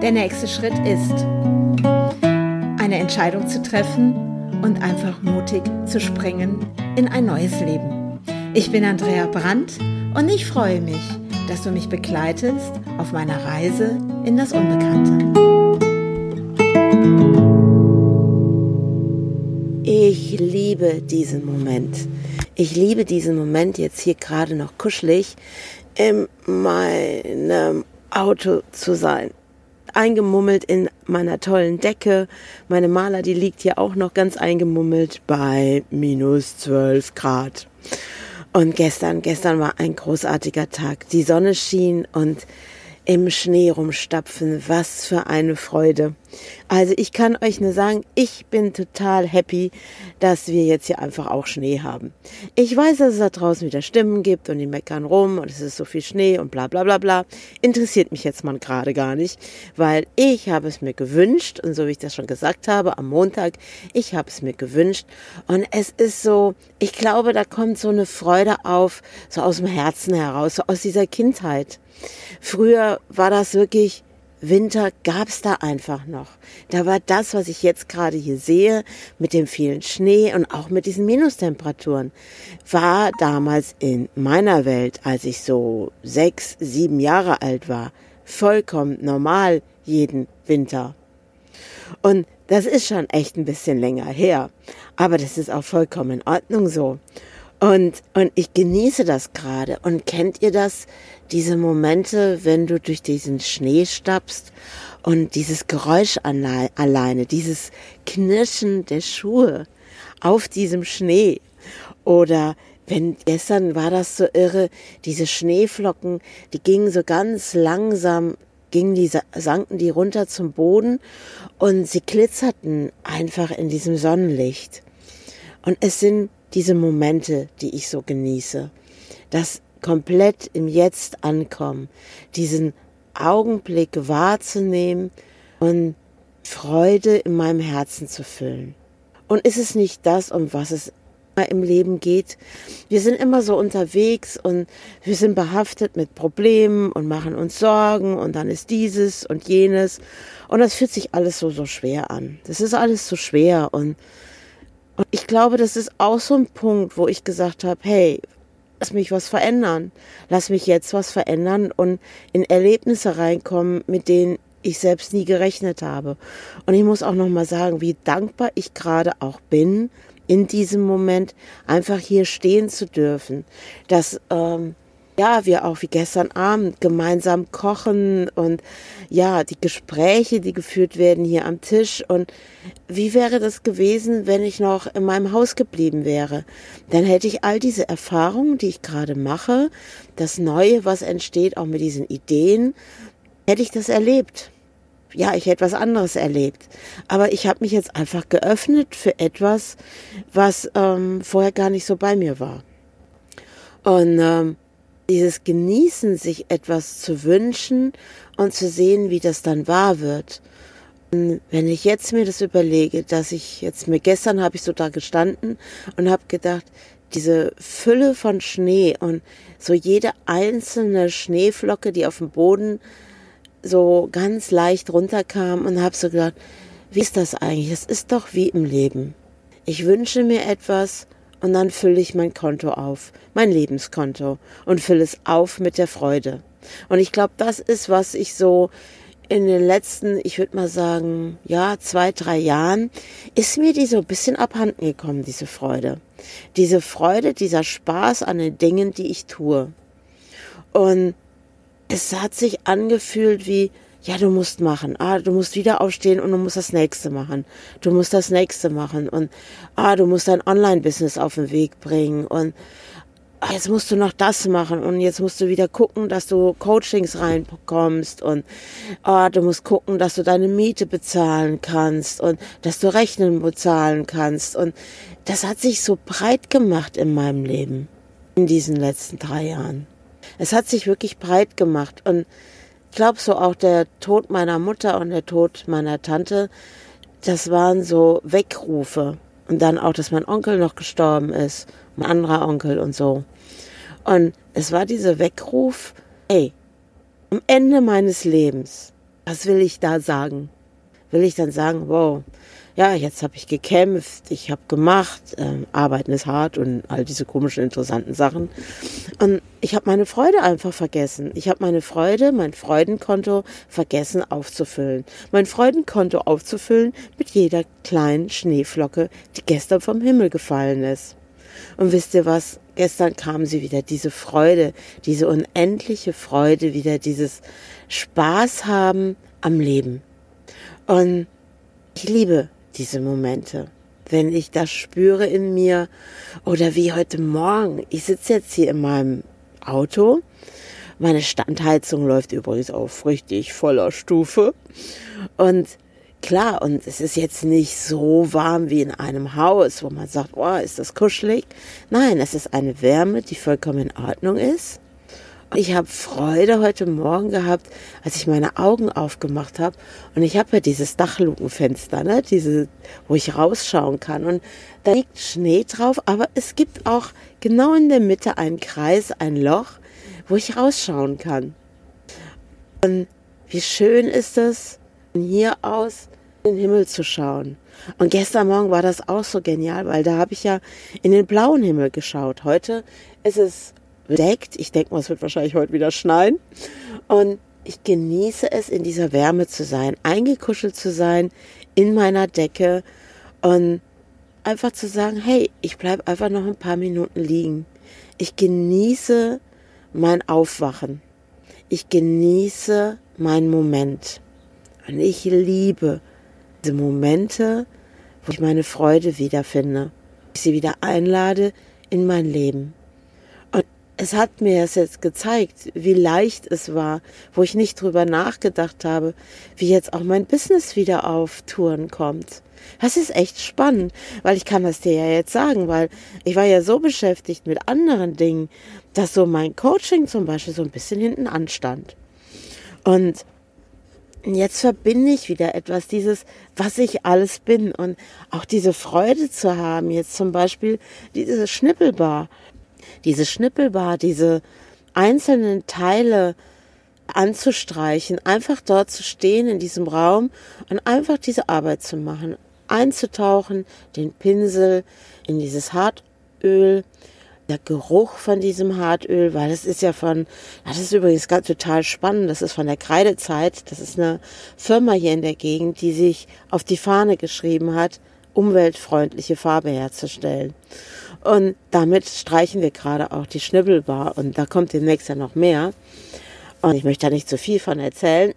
Der nächste Schritt ist, eine Entscheidung zu treffen und einfach mutig zu springen in ein neues Leben. Ich bin Andrea Brandt und ich freue mich, dass du mich begleitest auf meiner Reise in das Unbekannte. Ich liebe diesen Moment. Ich liebe diesen Moment, jetzt hier gerade noch kuschelig in meinem Auto zu sein. Eingemummelt in meiner tollen Decke. Meine Maler, die liegt hier auch noch ganz eingemummelt bei minus 12 Grad. Und gestern war ein großartiger Tag. Die Sonne schien und im Schnee rumstapfen. Was für eine Freude. Also ich kann euch nur sagen, ich bin total happy, dass wir jetzt hier einfach auch Schnee haben. Ich weiß, dass es da draußen wieder Stimmen gibt und die meckern rum und es ist so viel Schnee und bla bla bla bla. Interessiert mich jetzt mal gerade gar nicht, weil ich habe es mir gewünscht und so wie ich das schon gesagt habe am Montag, ich habe es mir gewünscht und es ist so, ich glaube, da kommt so eine Freude auf, so aus dem Herzen heraus, so aus dieser Kindheit. Früher war das wirklich, Winter gab's da einfach noch. Da war das, was ich jetzt gerade hier sehe, mit dem vielen Schnee und auch mit diesen Minustemperaturen, war damals in meiner Welt, als ich so 6, 7 Jahre alt war, vollkommen normal jeden Winter. Und das ist schon echt ein bisschen länger her, aber das ist auch vollkommen in Ordnung so. Und ich genieße das gerade. Und kennt ihr das, diese Momente, wenn du durch diesen Schnee stapfst und dieses Geräusch alleine, dieses Knirschen der Schuhe auf diesem Schnee? Oder gestern war das so irre, diese Schneeflocken, die gingen so ganz langsam, sanken die runter zum Boden und sie glitzerten einfach in diesem Sonnenlicht. Und es sind diese Momente, die ich so genieße, das komplett im Jetzt ankommen, diesen Augenblick wahrzunehmen und Freude in meinem Herzen zu füllen. Und ist es nicht das, um was es im Leben geht? Wir sind immer so unterwegs und wir sind behaftet mit Problemen und machen uns Sorgen und dann ist dieses und jenes und das fühlt sich alles so schwer an. Das ist alles so schwer und ich glaube, das ist auch so ein Punkt, wo ich gesagt habe, hey, lass mich was verändern. Lass mich jetzt was verändern und in Erlebnisse reinkommen, mit denen ich selbst nie gerechnet habe. Und ich muss auch nochmal sagen, wie dankbar ich gerade auch bin, in diesem Moment einfach hier stehen zu dürfen. Dass wir auch wie gestern Abend gemeinsam kochen und ja, die Gespräche, die geführt werden hier am Tisch. Und wie wäre das gewesen, wenn ich noch in meinem Haus geblieben wäre? Dann hätte ich all diese Erfahrungen, die ich gerade mache, das Neue, was entsteht, auch mit diesen Ideen, hätte ich das erlebt. Ja, ich hätte was anderes erlebt. Aber ich habe mich jetzt einfach geöffnet für etwas, was vorher gar nicht so bei mir war. Und dieses Genießen, sich etwas zu wünschen und zu sehen, wie das dann wahr wird. Und wenn ich jetzt mir das überlege, gestern habe ich so da gestanden und habe gedacht, diese Fülle von Schnee und so jede einzelne Schneeflocke, die auf dem Boden so ganz leicht runterkam und habe so gedacht, wie ist das eigentlich? Das ist doch wie im Leben. Ich wünsche mir etwas und dann fülle ich mein Konto auf, mein Lebenskonto und fülle es auf mit der Freude. Und ich glaube, das ist, was ich so in den letzten, ich würde mal sagen, 2, 3 Jahren, ist mir die so ein bisschen abhanden gekommen, diese Freude. Diese Freude, dieser Spaß an den Dingen, die ich tue. Und es hat sich angefühlt wie, ja, du musst machen. Du musst wieder aufstehen und du musst das Nächste machen. Du musst das Nächste machen. Und du musst dein Online-Business auf den Weg bringen. Und jetzt musst du noch das machen. Und jetzt musst du wieder gucken, dass du Coachings reinbekommst. Und du musst gucken, dass du deine Miete bezahlen kannst. Und dass du Rechnungen bezahlen kannst. Und das hat sich so breit gemacht in meinem Leben. In diesen letzten 3 Jahren. Es hat sich wirklich breit gemacht. Und ich glaube so auch der Tod meiner Mutter und der Tod meiner Tante, das waren so Weckrufe. Und dann auch, dass mein Onkel noch gestorben ist, ein anderer Onkel und so. Und es war dieser Weckruf, am Ende meines Lebens Was will ich da sagen? Will ich dann sagen, wow, ja, jetzt habe ich gekämpft, ich habe gemacht, Arbeiten ist hart und all diese komischen, interessanten Sachen. Und ich habe meine Freude einfach vergessen. Ich habe meine Freude, mein Freudenkonto vergessen aufzufüllen. Mein Freudenkonto aufzufüllen mit jeder kleinen Schneeflocke, die gestern vom Himmel gefallen ist. Und wisst ihr was? Gestern kam sie wieder, diese Freude, diese unendliche Freude, wieder dieses Spaß haben am Leben. Und ich liebe diese Momente, wenn ich das spüre in mir oder wie heute Morgen. Ich sitze jetzt hier in meinem Auto. Meine Standheizung läuft übrigens auf richtig voller Stufe. Und klar, und es ist jetzt nicht so warm wie in einem Haus, wo man sagt, oh, ist das kuschelig. Nein, es ist eine Wärme, die vollkommen in Ordnung ist. Ich habe Freude heute Morgen gehabt, als ich meine Augen aufgemacht habe. Und ich habe ja dieses Dachlukenfenster, ne, wo ich rausschauen kann. Und da liegt Schnee drauf, aber es gibt auch genau in der Mitte einen Kreis, ein Loch, wo ich rausschauen kann. Und wie schön ist es, von hier aus in den Himmel zu schauen. Und gestern Morgen war das auch so genial, weil da habe ich ja in den blauen Himmel geschaut. Heute ist es bedeckt. Ich denke mal, es wird wahrscheinlich heute wieder schneien. Und ich genieße es, in dieser Wärme zu sein, eingekuschelt zu sein in meiner Decke und einfach zu sagen, hey, ich bleibe einfach noch ein paar Minuten liegen. Ich genieße mein Aufwachen. Ich genieße meinen Moment. Und ich liebe diese Momente, wo ich meine Freude wiederfinde. Ich sie wieder einlade in mein Leben. Es hat mir es jetzt gezeigt, wie leicht es war, wo ich nicht drüber nachgedacht habe, wie jetzt auch mein Business wieder auf Touren kommt. Das ist echt spannend, weil ich kann das dir ja jetzt sagen, weil ich war ja so beschäftigt mit anderen Dingen, dass so mein Coaching zum Beispiel so ein bisschen hinten anstand. Und jetzt verbinde ich wieder etwas, dieses, was ich alles bin und auch diese Freude zu haben, jetzt zum Beispiel diese Schnippelbar, diese einzelnen Teile anzustreichen, einfach dort zu stehen in diesem Raum und einfach diese Arbeit zu machen, einzutauchen, den Pinsel in dieses Hartöl, der Geruch von diesem Hartöl, weil das ist übrigens ganz total spannend, das ist von der Kreidezeit, das ist eine Firma hier in der Gegend, die sich auf die Fahne geschrieben hat, umweltfreundliche Farbe herzustellen. Und damit streichen wir gerade auch die Schnibbelbar und da kommt demnächst ja noch mehr. Und ich möchte da nicht zu viel von erzählen.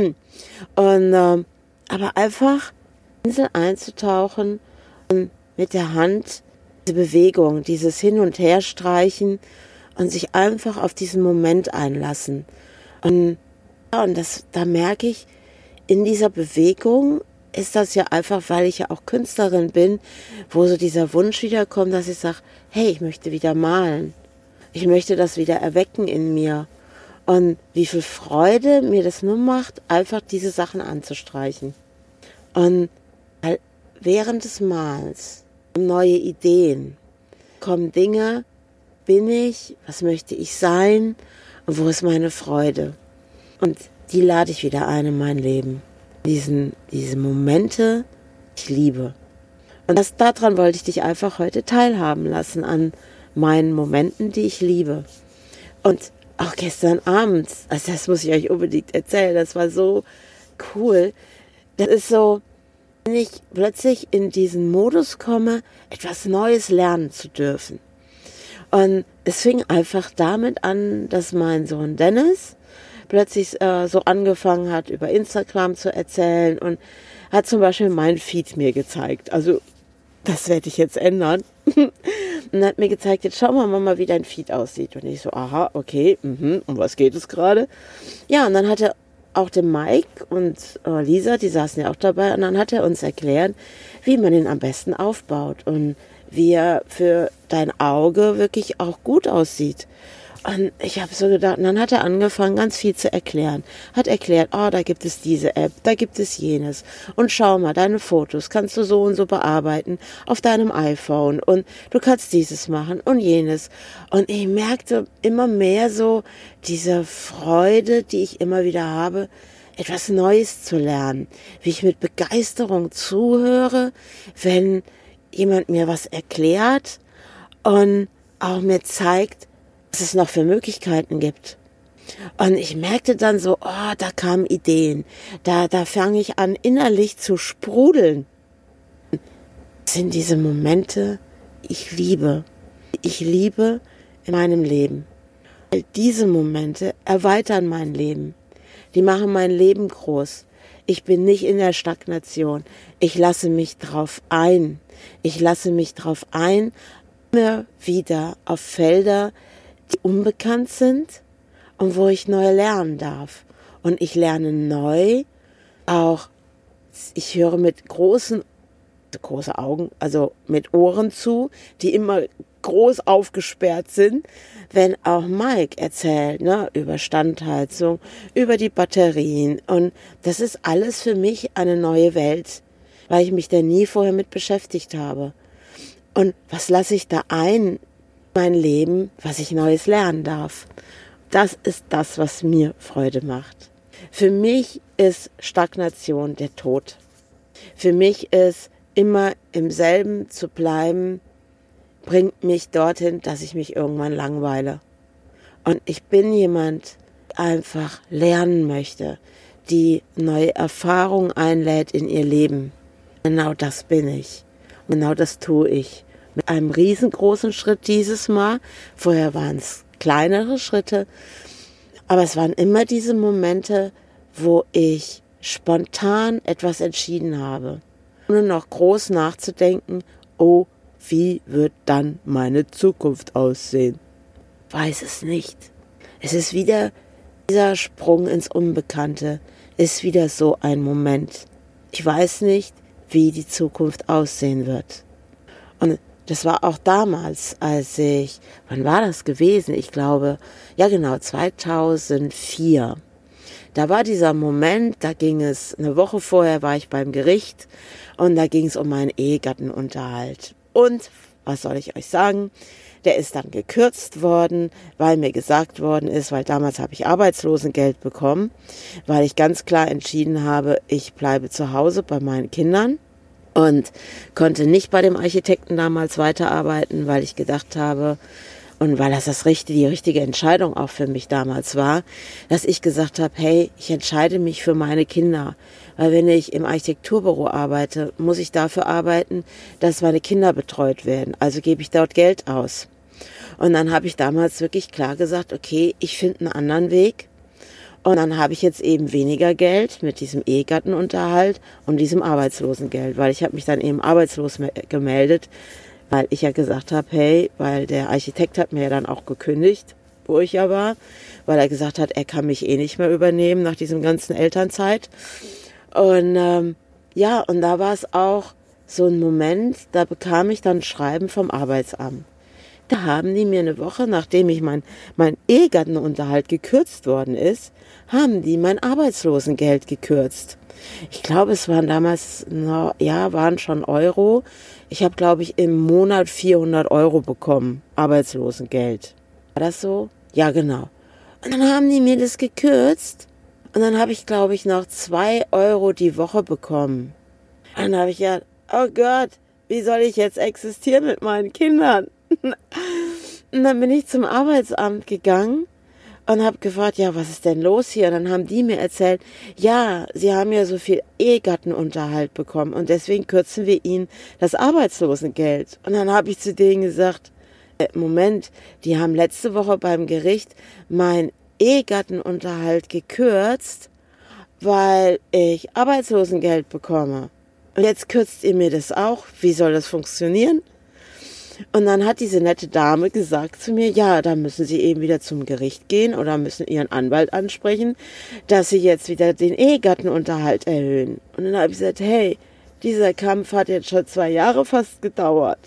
Und aber einfach in die Insel einzutauchen und mit der Hand diese Bewegung, dieses Hin- und Herstreichen und sich einfach auf diesen Moment einlassen. Und da merke ich, in dieser Bewegung ist das ja einfach, weil ich ja auch Künstlerin bin, wo so dieser Wunsch wiederkommt, dass ich sage, hey, ich möchte wieder malen. Ich möchte das wieder erwecken in mir. Und wie viel Freude mir das nur macht, einfach diese Sachen anzustreichen. Und während des Malens kommen neue Ideen, kommen Dinge, bin ich, was möchte ich sein und wo ist meine Freude. Und die lade ich wieder ein in mein Leben. Diese Momente, ich liebe. Und daran wollte ich dich einfach heute teilhaben lassen, an meinen Momenten, die ich liebe. Und auch gestern Abend, also das muss ich euch unbedingt erzählen, das war so cool. Das ist so, wenn ich plötzlich in diesen Modus komme, etwas Neues lernen zu dürfen. Und es fing einfach damit an, dass mein Sohn Dennis plötzlich so angefangen hat, über Instagram zu erzählen und hat zum Beispiel mein Feed mir gezeigt. Also das werde ich jetzt ändern. Und hat mir gezeigt, jetzt schau mal, Mama, wie dein Feed aussieht. Und ich so, aha, okay, um was geht es gerade? Ja, und dann hat er auch den Mike und Lisa, die saßen ja auch dabei, und dann hat er uns erklärt, wie man ihn am besten aufbaut und wie er für dein Auge wirklich auch gut aussieht. Und ich habe so gedacht, und dann hat er angefangen, ganz viel zu erklären. Hat erklärt, da gibt es diese App, da gibt es jenes. Und schau mal, deine Fotos kannst du so und so bearbeiten auf deinem iPhone. Und du kannst dieses machen und jenes. Und ich merkte immer mehr so diese Freude, die ich immer wieder habe. etwas Neues zu lernen, wie ich mit Begeisterung zuhöre, wenn jemand mir was erklärt und auch mir zeigt, was es noch für Möglichkeiten gibt. Und ich merkte dann so, da kamen Ideen, da fange ich an, innerlich zu sprudeln. Das sind diese Momente, ich liebe in meinem Leben. Weil diese Momente erweitern mein Leben. Die machen mein Leben groß. Ich bin nicht in der Stagnation. Ich lasse mich drauf ein. Immer wieder auf Felder, die unbekannt sind und wo ich neu lernen darf. Und ich lerne neu auch, ich höre mit große Augen, also mit Ohren zu, die immer groß aufgesperrt sind, wenn auch Mike erzählt, über Standheizung, über die Batterien. Und das ist alles für mich eine neue Welt, weil ich mich da nie vorher mit beschäftigt habe. Und was lasse ich da ein in mein Leben, was ich Neues lernen darf? Das ist das, was mir Freude macht. Für mich ist Stagnation der Tod. Für mich ist immer im selben zu bleiben, bringt mich dorthin, dass ich mich irgendwann langweile. Und ich bin jemand, der einfach lernen möchte, die neue Erfahrungen einlädt in ihr Leben. Genau das bin ich. Genau das tue ich. Mit einem riesengroßen Schritt dieses Mal. Vorher waren es kleinere Schritte. Aber es waren immer diese Momente, wo ich spontan etwas entschieden habe. Ohne noch groß nachzudenken, wie wird dann meine Zukunft aussehen? Weiß es nicht. Es ist wieder dieser Sprung ins Unbekannte, ist wieder so ein Moment. Ich weiß nicht, wie die Zukunft aussehen wird. Und das war auch damals, wann war das gewesen? Ich glaube, 2004. Da war dieser Moment, eine Woche vorher war ich beim Gericht und da ging es um meinen Ehegattenunterhalt. Und, was soll ich euch sagen, der ist dann gekürzt worden, weil mir gesagt worden ist, weil damals habe ich Arbeitslosengeld bekommen, weil ich ganz klar entschieden habe, ich bleibe zu Hause bei meinen Kindern und konnte nicht bei dem Architekten damals weiterarbeiten, weil ich gedacht habe, und weil das die richtige Entscheidung auch für mich damals war, dass ich gesagt habe, hey, ich entscheide mich für meine Kinder. Weil wenn ich im Architekturbüro arbeite, muss ich dafür arbeiten, dass meine Kinder betreut werden. Also gebe ich dort Geld aus. Und dann habe ich damals wirklich klar gesagt, okay, ich finde einen anderen Weg. Und dann habe ich jetzt eben weniger Geld mit diesem Ehegattenunterhalt und diesem Arbeitslosengeld. Weil ich habe mich dann eben arbeitslos gemeldet, weil ich ja gesagt habe, hey, weil der Architekt hat mir ja dann auch gekündigt, wo ich ja war, weil er gesagt hat, er kann mich eh nicht mehr übernehmen nach diesem ganzen Elternzeit. Und und da war es auch so ein Moment, da bekam ich dann ein Schreiben vom Arbeitsamt. Da haben die mir eine Woche, nachdem ich mein Ehegattenunterhalt gekürzt worden ist, haben die mein Arbeitslosengeld gekürzt. Ich glaube, es waren damals, waren schon Euro. Ich habe, glaube ich, im Monat 400 Euro bekommen, Arbeitslosengeld. War das so? Ja, genau. Und dann haben die mir das gekürzt und dann habe ich, glaube ich, noch 2 Euro die Woche bekommen. Und dann habe ich gedacht, oh Gott, wie soll ich jetzt existieren mit meinen Kindern? Und dann bin ich zum Arbeitsamt gegangen und habe gefragt, was ist denn los hier? Und dann haben die mir erzählt, sie haben ja so viel Ehegattenunterhalt bekommen und deswegen kürzen wir ihnen das Arbeitslosengeld. Und dann habe ich zu denen gesagt, Moment, die haben letzte Woche beim Gericht mein Ehegattenunterhalt gekürzt, weil ich Arbeitslosengeld bekomme. Und jetzt kürzt ihr mir das auch. Wie soll das funktionieren? Und dann hat diese nette Dame gesagt zu mir, da müssen Sie eben wieder zum Gericht gehen oder müssen Ihren Anwalt ansprechen, dass Sie jetzt wieder den Ehegattenunterhalt erhöhen. Und dann habe ich gesagt, hey, dieser Kampf hat jetzt schon 2 Jahre fast gedauert.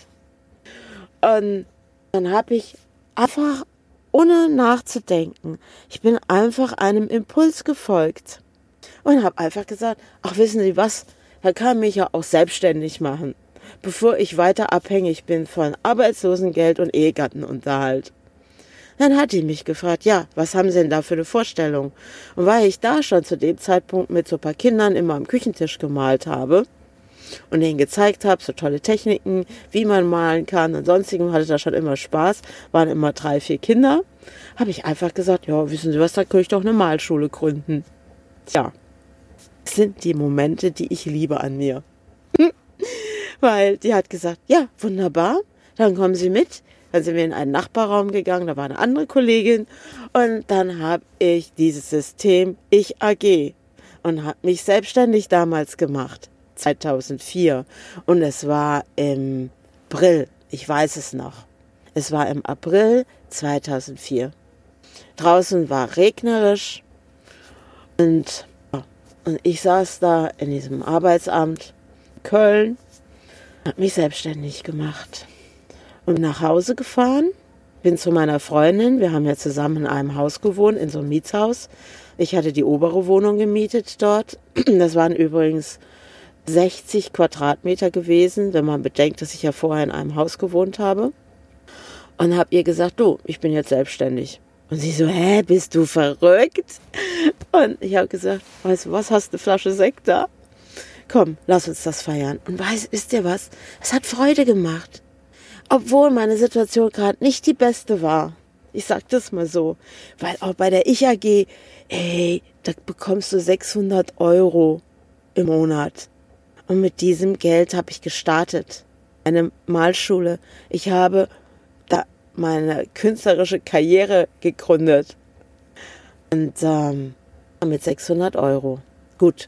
Und dann habe ich einfach, ohne nachzudenken, ich bin einfach einem Impuls gefolgt und habe einfach gesagt, ach, wissen Sie was, da kann mich ja auch selbstständig machen, bevor ich weiter abhängig bin von Arbeitslosengeld und Ehegattenunterhalt. Dann hat die mich gefragt, ja, was haben Sie denn da für eine Vorstellung? Und weil ich da schon zu dem Zeitpunkt mit so ein paar Kindern immer am Küchentisch gemalt habe und denen gezeigt habe, so tolle Techniken, wie man malen kann und sonstigem, hatte da schon immer Spaß, waren immer 3, 4 Kinder, habe ich einfach gesagt, ja, wissen Sie was, da könnte ich doch eine Malschule gründen. Tja, das sind die Momente, die ich liebe an mir. Weil die hat gesagt, ja, wunderbar, dann kommen Sie mit. Dann sind wir in einen Nachbarraum gegangen, da war eine andere Kollegin und dann habe ich dieses System Ich AG und habe mich selbstständig damals gemacht, 2004. Und es war im April, ich weiß es noch, es war im April 2004. Draußen war regnerisch und ich saß da in diesem Arbeitsamt in Köln, habe mich selbstständig gemacht. Und nach Hause gefahren, bin zu meiner Freundin, wir haben ja zusammen in einem Haus gewohnt, in so einem Mietshaus. Ich hatte die obere Wohnung gemietet dort. Das waren übrigens 60 Quadratmeter gewesen, wenn man bedenkt, dass ich ja vorher in einem Haus gewohnt habe. Und habe ihr gesagt, du, ich bin jetzt selbstständig. Und sie so, bist du verrückt? Und ich habe gesagt, weißt du was, hast du eine Flasche Sekt da? Komm, lass uns das feiern. Und wisst ihr was? Es hat Freude gemacht. Obwohl meine Situation gerade nicht die beste war. Ich sag das mal so. Weil auch bei der Ich AG, da bekommst du 600 € im Monat. Und mit diesem Geld habe ich gestartet. Eine Malschule. Ich habe da meine künstlerische Karriere gegründet. Und mit 600 €. Gut,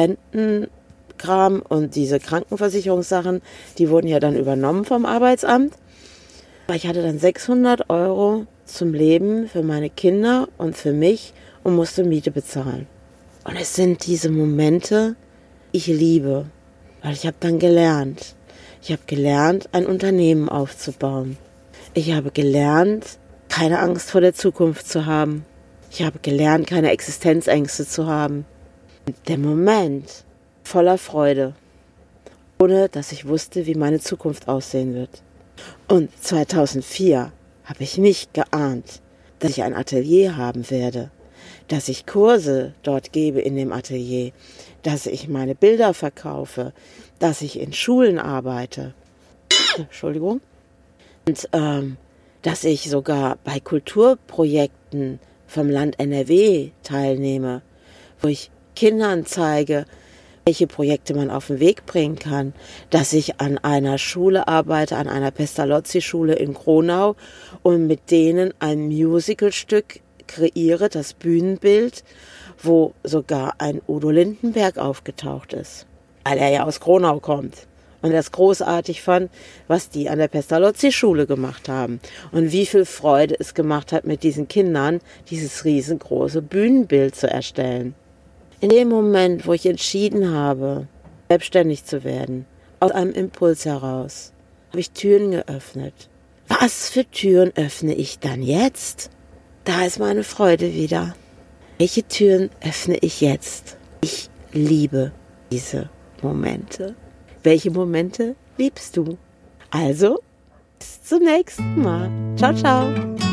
Rentenkram und diese Krankenversicherungssachen, die wurden ja dann übernommen vom Arbeitsamt. Aber ich hatte dann 600 € zum Leben für meine Kinder und für mich und musste Miete bezahlen. Und es sind diese Momente, die ich liebe, weil ich habe dann gelernt. Ich habe gelernt, ein Unternehmen aufzubauen. Ich habe gelernt, keine Angst vor der Zukunft zu haben. Ich habe gelernt, keine Existenzängste zu haben. Der Moment voller Freude, ohne dass ich wusste, wie meine Zukunft aussehen wird. Und 2004 habe ich nicht geahnt, dass ich ein Atelier haben werde, dass ich Kurse dort gebe in dem Atelier, dass ich meine Bilder verkaufe, dass ich in Schulen arbeite. Entschuldigung. Und dass ich sogar bei Kulturprojekten vom Land NRW teilnehme, wo ich Kindern zeige, welche Projekte man auf den Weg bringen kann, dass ich an einer Schule arbeite, an einer Pestalozzi-Schule in Kronau und mit denen ein Musicalstück kreiere, das Bühnenbild, wo sogar ein Udo Lindenberg aufgetaucht ist, weil er ja aus Kronau kommt. Und das großartig fand, was die an der Pestalozzi-Schule gemacht haben und wie viel Freude es gemacht hat, mit diesen Kindern dieses riesengroße Bühnenbild zu erstellen. In dem Moment, wo ich entschieden habe, selbstständig zu werden, aus einem Impuls heraus, habe ich Türen geöffnet. Was für Türen öffne ich dann jetzt? Da ist meine Freude wieder. Welche Türen öffne ich jetzt? Ich liebe diese Momente. Welche Momente liebst du? Also, bis zum nächsten Mal. Ciao, ciao.